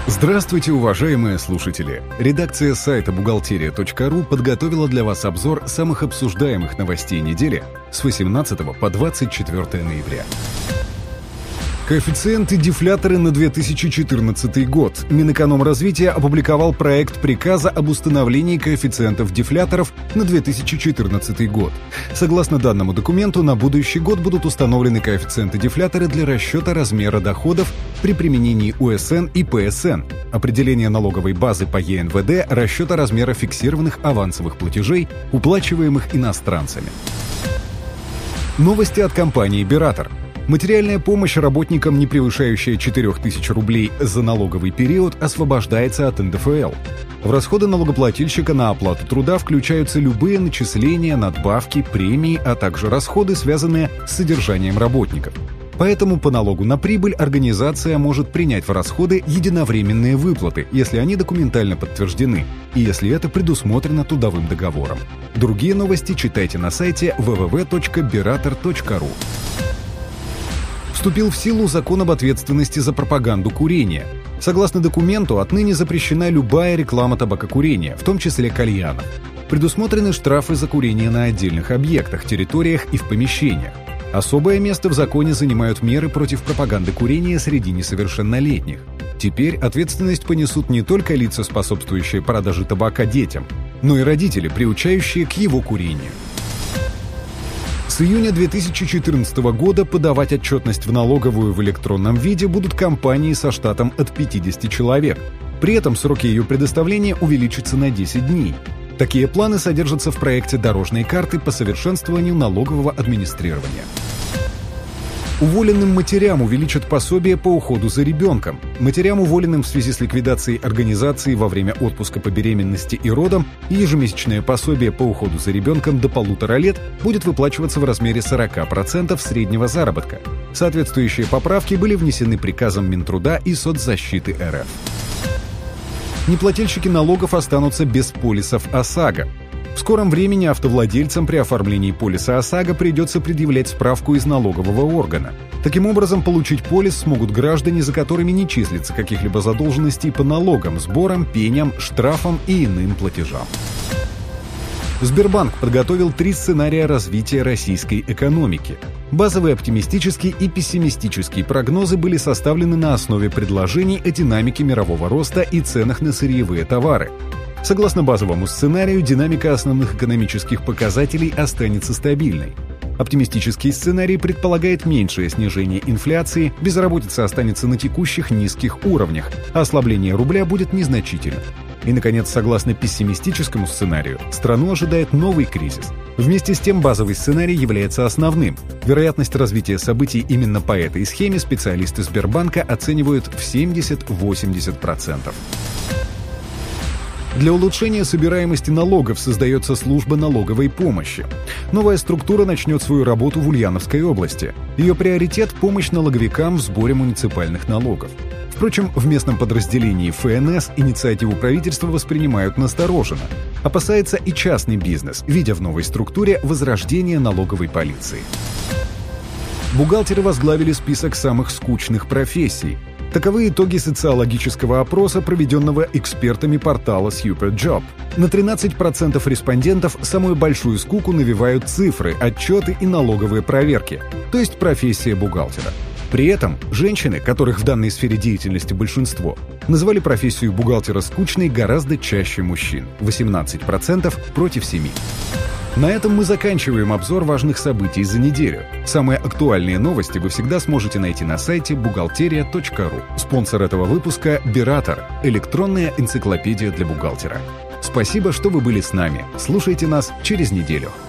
Здравствуйте, уважаемые слушатели! Редакция сайта бухгалтерия.ру подготовила для вас обзор самых обсуждаемых новостей недели с 18 по 24 ноября. Коэффициенты-дефляторы на 2014 год. Минэкономразвития опубликовал проект приказа об установлении коэффициентов-дефляторов на 2014 год. Согласно данному документу, на будущий год будут установлены коэффициенты-дефляторы для расчета размера доходов при применении УСН и ПСН, определения налоговой базы по ЕНВД, расчета размера фиксированных авансовых платежей, уплачиваемых иностранцами. Новости от компании «Бератор». Материальная помощь работникам, не превышающая 4000 рублей за налоговый период, освобождается от НДФЛ. В расходы налогоплательщика на оплату труда включаются любые начисления, надбавки, премии, а также расходы, связанные с содержанием работников. Поэтому по налогу на прибыль организация может принять в расходы единовременные выплаты, если они документально подтверждены, и если это предусмотрено трудовым договором. Другие новости читайте на сайте www.berator.ru. Вступил в силу закон об ответственности за пропаганду курения. Согласно документу, отныне запрещена любая реклама табакокурения, в том числе кальянов. Предусмотрены штрафы за курение на отдельных объектах, территориях и в помещениях. Особое место в законе занимают меры против пропаганды курения среди несовершеннолетних. Теперь ответственность понесут не только лица, способствующие продаже табака детям, но и родители, приучающие к его курению. С июня 2014 года подавать отчетность в налоговую в электронном виде будут компании со штатом от 50 человек. При этом сроки ее предоставления увеличатся на 10 дней. Такие планы содержатся в проекте дорожной карты по совершенствованию налогового администрирования. Уволенным матерям увеличат пособие по уходу за ребенком. Матерям, уволенным в связи с ликвидацией организации во время отпуска по беременности и родам, ежемесячное пособие по уходу за ребенком до 1,5 лет будет выплачиваться в размере 40% среднего заработка. Соответствующие поправки были внесены приказом Минтруда и Соцзащиты РФ. Неплательщики налогов останутся без полисов ОСАГО. В скором времени автовладельцам при оформлении полиса ОСАГО придется предъявлять справку из налогового органа. Таким образом, получить полис смогут граждане, за которыми не числится каких-либо задолженностей по налогам, сборам, пеням, штрафам и иным платежам. Сбербанк подготовил 3 сценария развития российской экономики. Базовые оптимистические и пессимистические прогнозы были составлены на основе предложений о динамике мирового роста и ценах на сырьевые товары. Согласно базовому сценарию, динамика основных экономических показателей останется стабильной. Оптимистический сценарий предполагает меньшее снижение инфляции, безработица останется на текущих низких уровнях, а ослабление рубля будет незначительным. И, наконец, согласно пессимистическому сценарию, страну ожидает новый кризис. Вместе с тем, базовый сценарий является основным. Вероятность развития событий именно по этой схеме специалисты Сбербанка оценивают в 70-80%. Для улучшения собираемости налогов создается служба налоговой помощи. Новая структура начнет свою работу в Ульяновской области. Ее приоритет – помощь налоговикам в сборе муниципальных налогов. Впрочем, в местном подразделении ФНС инициативу правительства воспринимают настороженно. Опасается и частный бизнес, видя в новой структуре возрождение налоговой полиции. Бухгалтеры возглавили список самых скучных профессий. Таковы итоги социологического опроса, проведенного экспертами портала Superjob. На 13% респондентов самую большую скуку навевают цифры, отчеты и налоговые проверки, то есть профессия бухгалтера. При этом женщины, которых в данной сфере деятельности большинство, назвали профессию бухгалтера скучной гораздо чаще мужчин – 18% против 7%. На этом мы заканчиваем обзор важных событий за неделю. Самые актуальные новости вы всегда сможете найти на сайте бухгалтерия.ру. Спонсор этого выпуска – Бератор – электронная энциклопедия для бухгалтера. Спасибо, что вы были с нами. Слушайте нас через неделю.